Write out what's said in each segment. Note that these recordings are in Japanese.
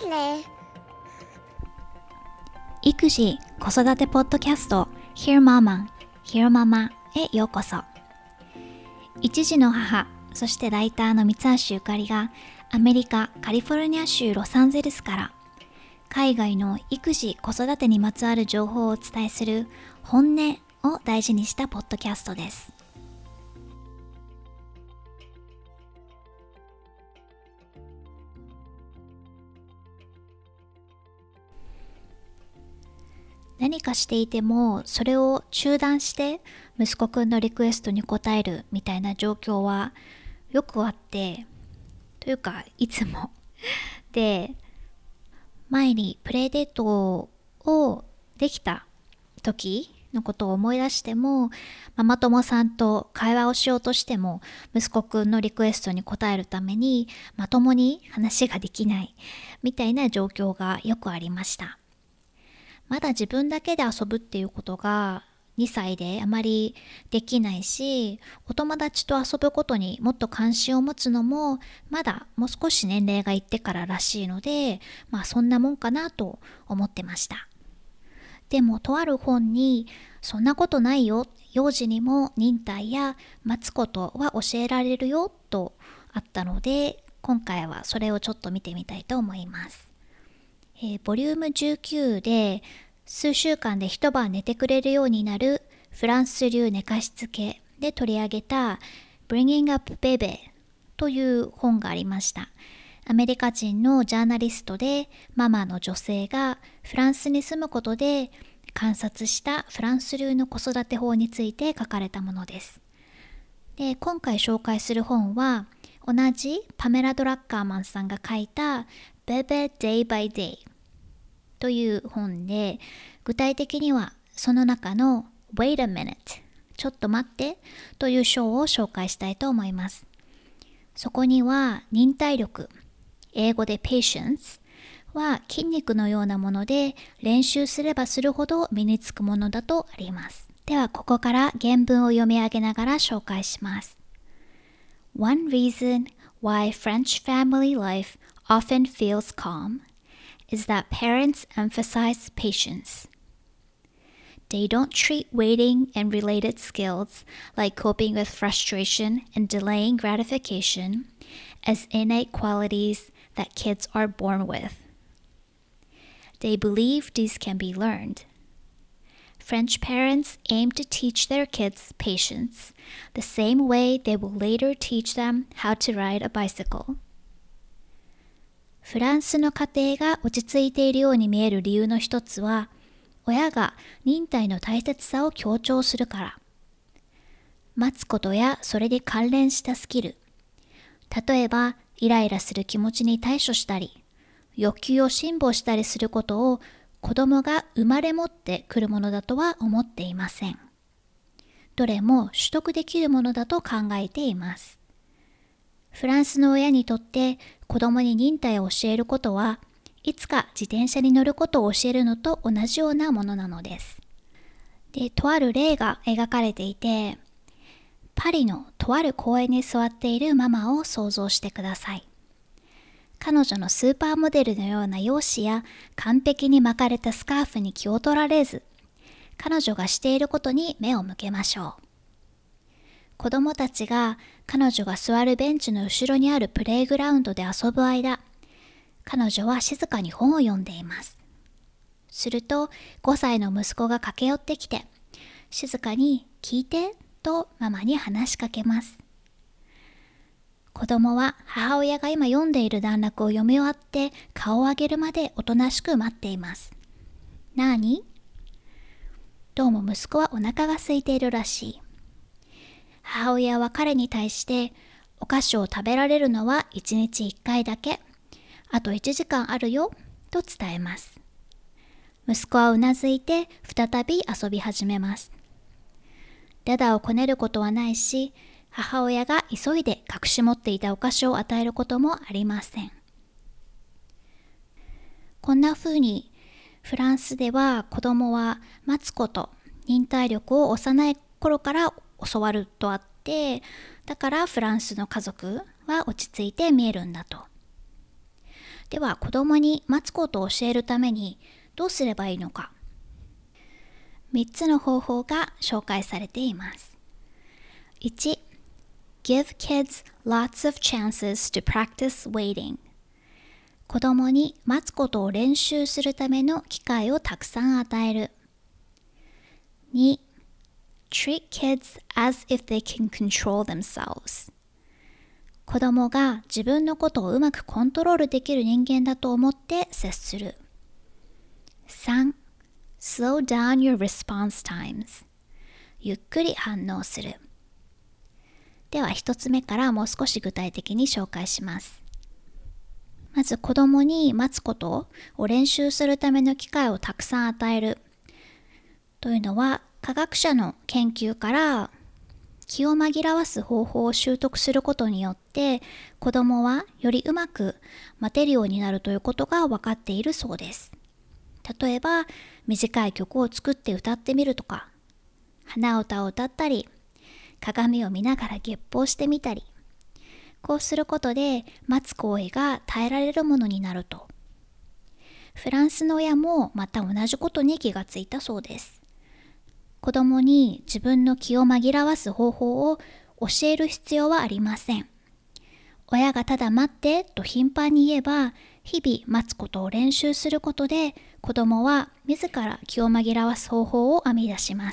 facile. 育児・子育てポッドキャスト Hear Mama, Hear Mama へようこそ。一児の母、そしてライターの三橋ゆかりがアメリカ・カリフォルニア州ロサンゼルスから海外の育児・子育てにまつわる情報をお伝えする本音を大事にしたポッドキャストです。何かしていてもそれを中断して息子くんのリクエストに応えるみたいな状況はよくあって、というかいつもで、前にプレイデートをできた時のことを思い出しても、ママ友さんと会話をしようとしても息子くんのリクエストに応えるためにまともに話ができないみたいな状況がよくありました。まだ自分だけで遊ぶっていうことが2歳であまりできないし、お友達と遊ぶことにもっと関心を持つのもまだもう少し年齢がいってかららしいので、そんなもんかなと思ってました。でもとある本にそんなことないよ、幼児にも忍耐や待つことは教えられるよとあったので、今回はそれをちょっと見てみたいと思います。ボリューム19で数週間で一晩寝てくれるようになるフランス流寝かしつけで取り上げた Bringing Up Baby という本がありました。アメリカ人のジャーナリストでママの女性がフランスに住むことで観察したフランス流の子育て法について書かれたものです。で、今回紹介する本は同じパメラ・ドラッカーマンさんが書いた Baby Day by Day という本で、具体的にはその中の Wait a minute ちょっと待ってという章を紹介したいと思います。そこには忍耐力、英語で Patience は筋肉のようなもので練習すればするほど身につくものだとあります。ではここから原文を読み上げながら紹介します。One reason why French family life often feels calm is that parents emphasize patience. They don't treat waiting and related skills like coping with frustration and delaying gratification as innate qualities that kids are born with. They believe these can be learned. French parents aim to teach their kids patience, the same way they will later teach them how to ride a bicycle.フランスの家庭が落ち着いているように見える理由の一つは、親が忍耐の大切さを強調するから。待つことやそれに関連したスキル。例えば、イライラする気持ちに対処したり、欲求を辛抱したりすることを子供が生まれ持ってくるものだとは思っていません。どれも取得できるものだと考えています。フランスの親にとって子供に忍耐を教えることはいつか自転車に乗ることを教えるのと同じようなものなのです。で、とある例が描かれていて、パリのとある公園に座っているママを想像してください。彼女のスーパーモデルのような容姿や完璧に巻かれたスカーフに気を取られず、彼女がしていることに目を向けましょう。子供たちが彼女が座るベンチの後ろにあるプレイグラウンドで遊ぶ間、彼女は静かに本を読んでいます。すると5歳の息子が駆け寄ってきて、静かに聞いてとママに話しかけます。子供は母親が今読んでいる段落を読み終わって顔を上げるまでおとなしく待っています。なーに？どうも息子はお腹が空いているらしい。母親は彼に対してお菓子を食べられるのは1日1回だけ、あと1時間あるよと伝えます。息子はうなずいて再び遊び始めます。ダダをこねることはないし、母親が急いで隠し持っていたお菓子を与えることもありません。こんな風にフランスでは子供は待つこと、忍耐力を幼い頃から教わるとあって、だからフランスの家族は落ち着いて見えるんだと。 では子供に待つことを教えるためにどうすればいいのか。3つの方法が紹介されています。1. Give kids lots of chances to practice waiting. 子供に待つことを練習するための機会をたくさん与える。2. Treat kids as if they can control themselves. 子供が自分のことをうまくコントロールできる人間だと思って接する。3. Slow down your response times. ゆっくり反応する。では1つ目からもう少し具体的に紹介します。まず子供に待つことを練習するための機会をたくさん与えるというのは、科学者の研究から気を紛らわす方法を習得することによって子供はよりうまく待てるようになるということが分かっているそうです。例えば短い曲を作って歌ってみるとか、鼻歌を歌ったり、鏡を見ながらゲップをしてみたり、こうすることで待つ行為が耐えられるものになると。フランスの親もまた同じことに気がついたそうです。子供に自分の気を紛らわす方法を教える必要はありません。親がただ待ってと頻繁に言えば、日々待つことを練習することで子供は自ら気を紛らわす方法を編み出します。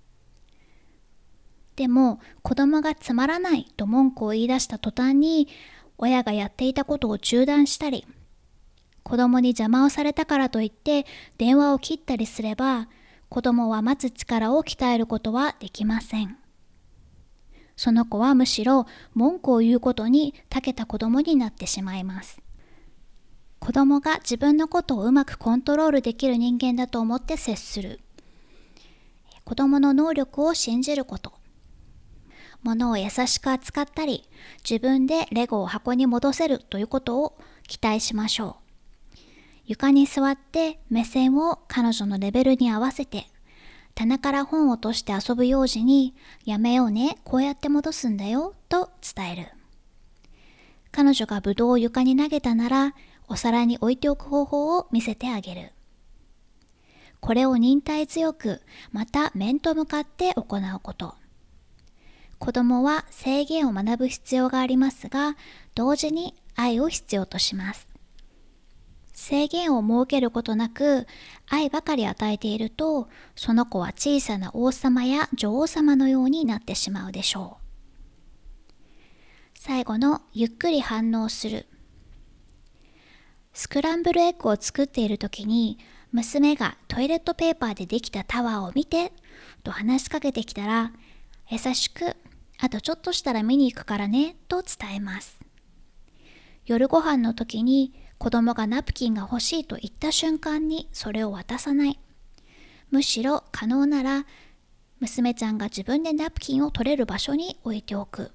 でも子供がつまらないと文句を言い出した途端に親がやっていたことを中断したり、子供に邪魔をされたからといって電話を切ったりすれば、子供は待つ力を鍛えることはできません。その子はむしろ文句を言うことに長けた子供になってしまいます。子供が自分のことをうまくコントロールできる人間だと思って接する。子供の能力を信じること。物を優しく扱ったり、自分でレゴを箱に戻せるということを期待しましょう。床に座って目線を彼女のレベルに合わせて、棚から本を落として遊ぶ幼児に、やめようね、こうやって戻すんだよ、と伝える。彼女がブドウを床に投げたなら、お皿に置いておく方法を見せてあげる。これを忍耐強く、また面と向かって行うこと。子供は制限を学ぶ必要がありますが、同時に愛を必要とします。制限を設けることなく愛ばかり与えていると、その子は小さな王様や女王様のようになってしまうでしょう。最後のゆっくり反応する。スクランブルエッグを作っている時に、娘がトイレットペーパーでできたタワーを見てと話しかけてきたら、優しく、あとちょっとしたら見に行くからねと伝えます。夜ご飯の時に子供がナプキンが欲しいと言った瞬間にそれを渡さない。むしろ可能なら娘ちゃんが自分でナプキンを取れる場所に置いておく。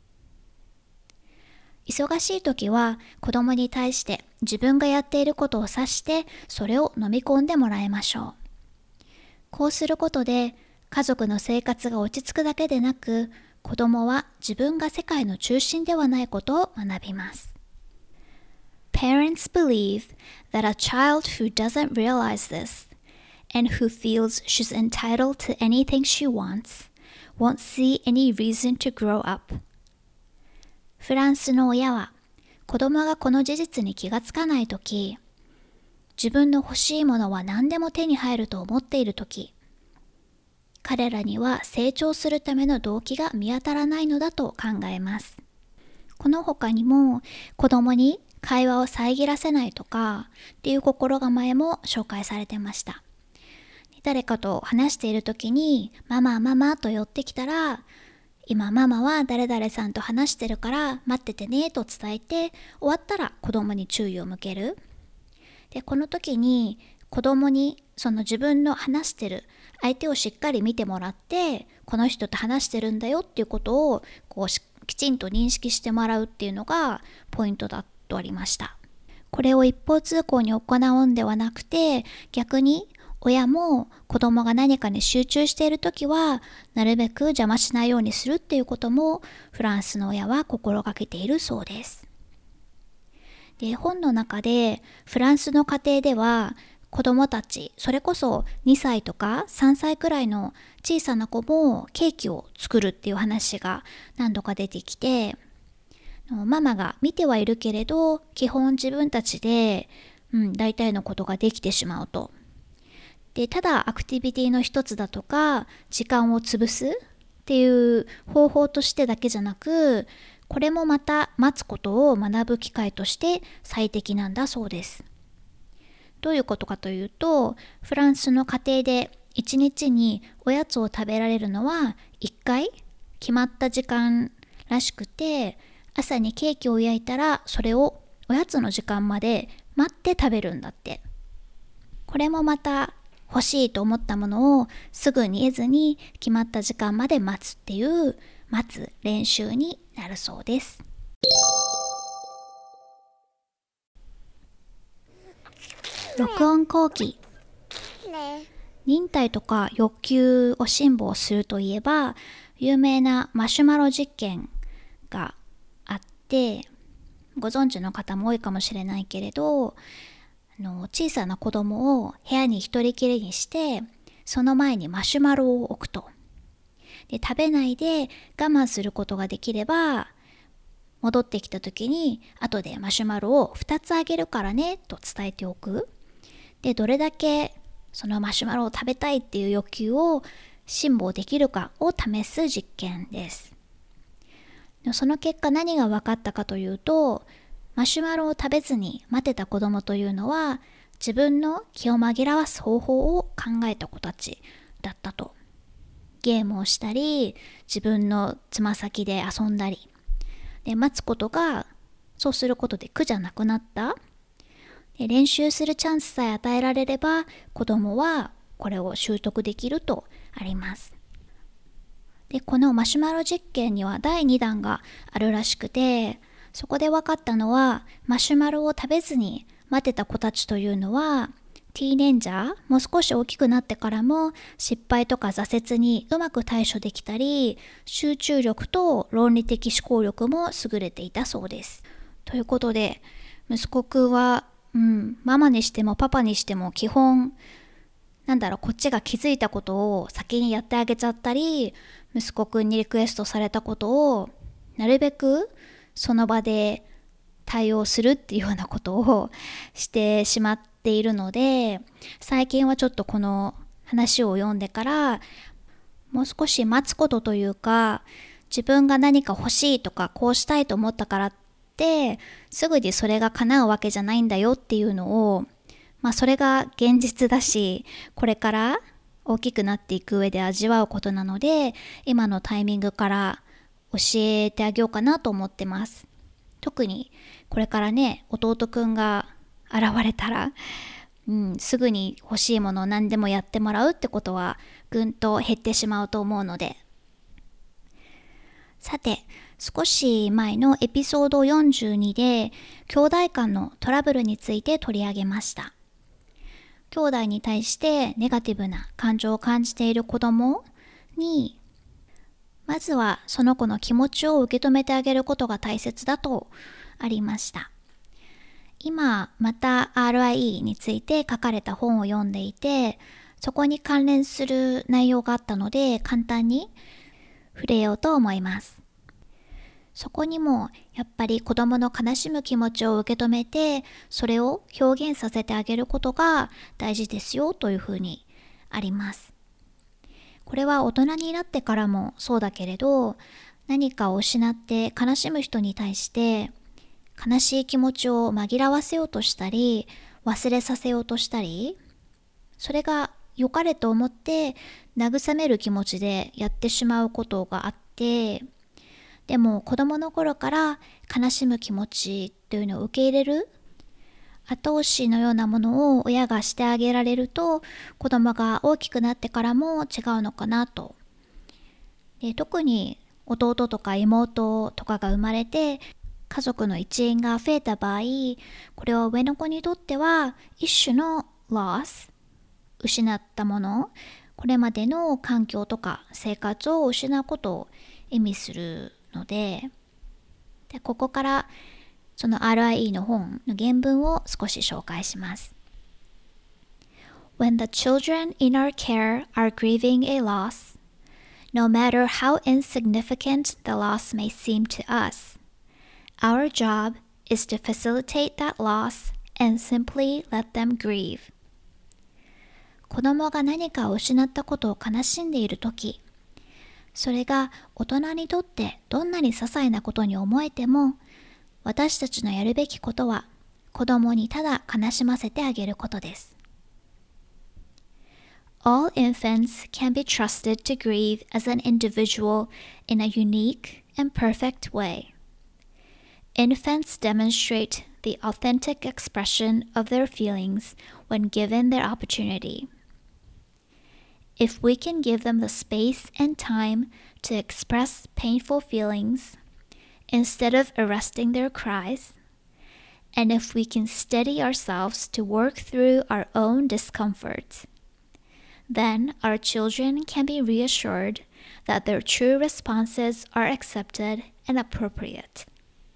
忙しい時は子供に対して自分がやっていることを指してそれを飲み込んでもらいましょう。こうすることで家族の生活が落ち着くだけでなく、子供は自分が世界の中心ではないことを学びます。Parents believe that a child who doesn't realize this and who feels she's entitled to anything she wants won't see any reason to grow up. フランスの親は子供がこの事実に気がつかないとき、自分の欲しいものは何でも手に入ると思っているとき、彼らには成長するための動機が見当たらないのだと考えます。この他にも子供に会話を遮らせないとかっていう心構えも紹介されてました。誰かと話している時にママママと寄ってきたら、今ママは誰々さんと話してるから待っててねと伝えて、終わったら子供に注意を向ける。で、この時に子供にその自分の話してる相手をしっかり見てもらって、この人と話してるんだよっていうことをきちんと認識してもらうっていうのがポイントだとありました。これを一方通行に行うんではなくて、逆に親も子供が何かに集中しているときはなるべく邪魔しないようにするっていうこともフランスの親は心がけているそうです。 で、本の中でフランスの家庭では子供たち、それこそ2歳とか3歳くらいの小さな子もケーキを作るっていう話が何度か出てきて、ママが見てはいるけれど基本自分たちで、大体のことができてしまうと。で、ただアクティビティの一つだとか時間を潰すっていう方法としてだけじゃなく、これもまた待つことを学ぶ機会として最適なんだそうです。どういうことかというと、フランスの家庭で1日におやつを食べられるのは1回決まった時間らしくて、朝にケーキを焼いたらそれをおやつの時間まで待って食べるんだって。これもまた欲しいと思ったものをすぐに得ずに決まった時間まで待つっていう待つ練習になるそうです。録音後期。忍耐とか欲求を辛抱するといえば、有名なマシュマロ実験があって、ご存知の方も多いかもしれないけれど、小さな子供を部屋に一人きりにして、その前にマシュマロを置くと。で、食べないで我慢することができれば、戻ってきた時に後でマシュマロを2つあげるからねと伝えておく。で、どれだけそのマシュマロを食べたいっていう欲求を辛抱できるかを試す実験です。その結果何が分かったかというと、マシュマロを食べずに待てた子供というのは自分の気を紛らわす方法を考えた子たちだったと。ゲームをしたり、自分のつま先で遊んだりで待つことが、そうすることで苦じゃなくなった。で、練習するチャンスさえ与えられれば子供はこれを習得できるとあります。で、このマシュマロ実験には第2弾があるらしくて、そこで分かったのは、マシュマロを食べずに待てた子たちというのは、ティーネンジャー、もう少し大きくなってからも失敗とか挫折にうまく対処できたり、集中力と論理的思考力も優れていたそうです。ということで、息子くんは、ママにしてもパパにしても基本、こっちが気づいたことを先にやってあげちゃったり、息子くんにリクエストされたことをなるべくその場で対応するっていうようなことをしてしまっているので、最近はちょっとこの話を読んでからもう少し待つことというか、自分が何か欲しいとかこうしたいと思ったからってすぐにそれが叶うわけじゃないんだよっていうのを、それが現実だし、これから大きくなっていく上で味わうことなので、今のタイミングから教えてあげようかなと思ってます。特にこれからね、弟くんが現れたら、すぐに欲しいものを何でもやってもらうってことはぐんと減ってしまうと思うので。さて、少し前のエピソード42で兄弟間のトラブルについて取り上げました。兄弟に対してネガティブな感情を感じている子供に、まずはその子の気持ちを受け止めてあげることが大切だとありました。今また RIE について書かれた本を読んでいて、そこに関連する内容があったので簡単に触れようと思います。そこにもやっぱり子供の悲しむ気持ちを受け止めて、それを表現させてあげることが大事ですよというふうにあります。これは大人になってからもそうだけれど、何かを失って悲しむ人に対して悲しい気持ちを紛らわせようとしたり、忘れさせようとしたり、それが良かれと思って慰める気持ちでやってしまうことがあって、でも子供の頃から悲しむ気持ちというのを受け入れる後押しのようなものを親がしてあげられると、子供が大きくなってからも違うのかなと。で、特に弟とか妹とかが生まれて家族の一員が増えた場合、これは上の子にとっては一種の loss、 失ったもの、これまでの環境とか生活を失うことを意味するので、ここからその RIE の本の原文を少し紹介します。When the children in our care are grieving a loss, no matter how insignificant the loss may seem to us, our job is to facilitate that loss and simply let them grieve. 子供が何かを失ったことを悲しんでいるとき、それが大人にとってどんなに些細なことに思えても、私たちのやるべきことは子供にただ悲しませてあげることです。All infants can be trusted to grieve as an individual in a unique and perfect way. Infants demonstrate the authentic expression of their feelings when given their opportunity. If we can give them the space and time to express painful feelings instead of arresting their cries, and if we can steady ourselves to work through our own discomfort, then our children can be reassured that their true responses are accepted and appropriate.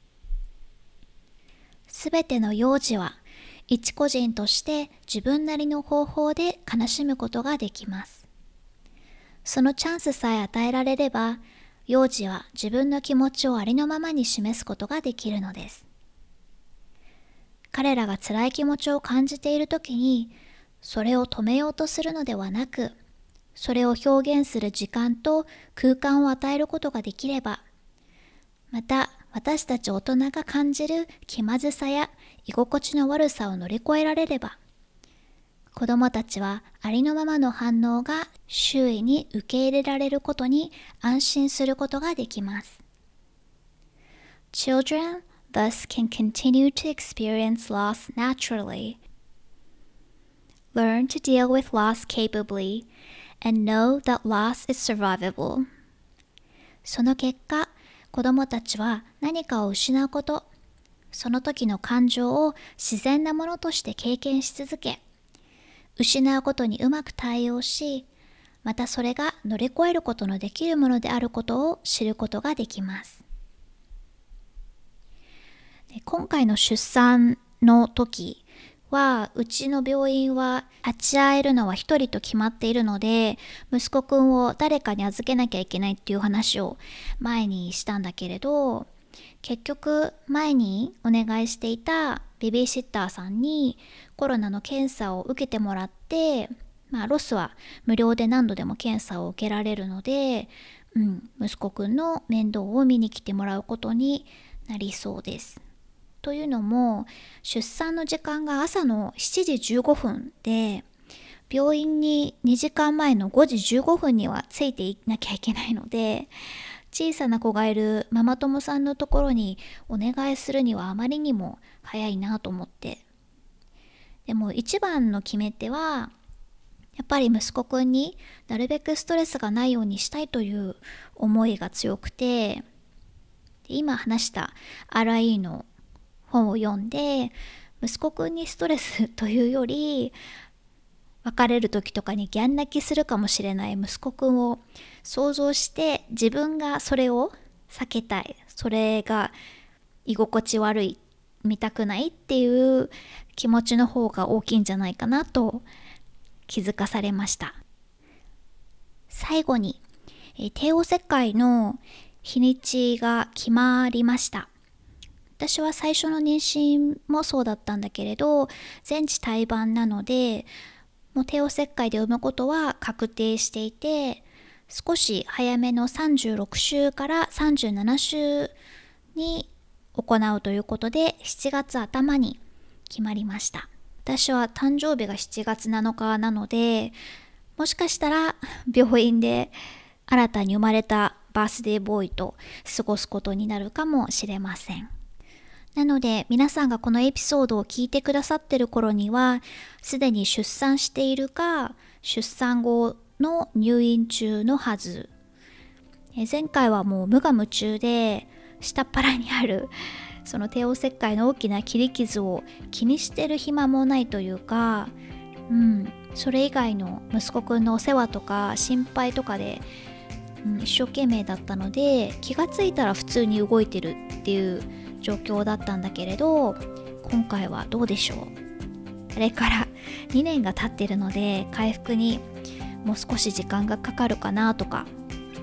すべての幼児は一個人として自分なりの方法で悲しむことができます。そのチャンスさえ与えられれば、幼児は自分の気持ちをありのままに示すことができるのです。彼らが辛い気持ちを感じているときに、それを止めようとするのではなく、それを表現する時間と空間を与えることができれば、また私たち大人が感じる気まずさや居心地の悪さを乗り越えられれば、子どもたちはありのままの反応が周囲に受け入れられることに安心することができます。Children thus can continue to experience loss naturally, learn to deal with loss capably, and know that loss is survivable. その結果、子どもたちは何かを失うこと、その時の感情を自然なものとして経験し続け、失うことにうまく対応し、またそれが乗り越えることのできるものであることを知ることができます。今回の出産の時は、うちの病院は立ち会えるのは一人と決まっているので、息子くんを誰かに預けなきゃいけないっていう話を前にしたんだけれど、結局前にお願いしていたベビーシッターさんにコロナの検査を受けてもらって、ロスは無料で何度でも検査を受けられるので、息子くんの面倒を見に来てもらうことになりそうです。というのも、出産の時間が朝の7時15分で、病院に2時間前の5時15分にはついていなきゃいけないので、小さな子がいるママ友さんのところにお願いするにはあまりにも早いなと思って。でも一番の決め手は、やっぱり息子くんになるべくストレスがないようにしたいという思いが強くて、今話した RIE の本を読んで、息子くんにストレスというより、別れる時とかにギャン泣きするかもしれない息子くんを想像して、自分がそれを避けたい、それが居心地悪い、見たくないっていう気持ちの方が大きいんじゃないかなと気づかされました。最後に、帝王切開の日にちが決まりました。私は最初の妊娠もそうだったんだけれど、全治胎盤なので、もう帝王切開で産むことは確定していて、少し早めの36週から37週に行うということで、7月頭に決まりました。私は誕生日が7月7日なので、もしかしたら病院で新たに生まれたバースデーボーイと過ごすことになるかもしれません。なので皆さんがこのエピソードを聞いてくださってる頃には、すでに出産しているか出産後の入院中のはず。前回はもう無我夢中で下っ腹にあるその帝王切開の大きな切り傷を気にしてる暇もないというか、それ以外の息子くんのお世話とか心配とかで、一生懸命だったので、気がついたら普通に動いてるっていう状状況だったんだけれど、今回はどうでしょう。あれから2年が経ってるので、回復にもう少し時間がかかるかなとか。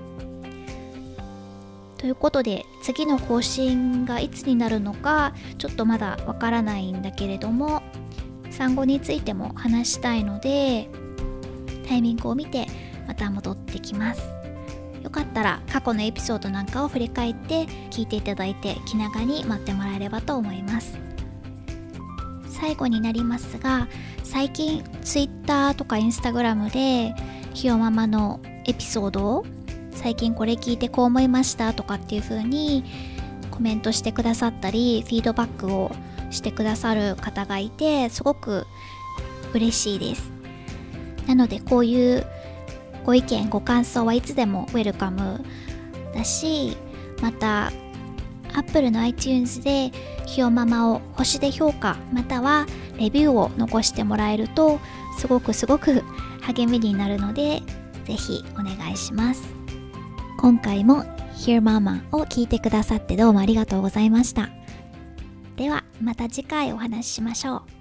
ということで、次の更新がいつになるのかちょっとまだわからないんだけれども、産後についても話したいので、タイミングを見てまた戻ってきます。よかったら過去のエピソードなんかを振り返って聞いていただいて、気長に待ってもらえればと思います。最後になりますが、最近 Twitter とか Instagram でひよママのエピソードを最近これ聞いてこう思いましたとかっていう風にコメントしてくださったり、フィードバックをしてくださる方がいて、すごく嬉しいです。なのでこういうご意見ご感想はいつでもウェルカムだし、また Apple の iTunes でひよママを星で評価またはレビューを残してもらえるとすごく励みになるので、ぜひお願いします。今回も Hear Mama を聞いてくださってどうもありがとうございました。ではまた次回お話ししましょう。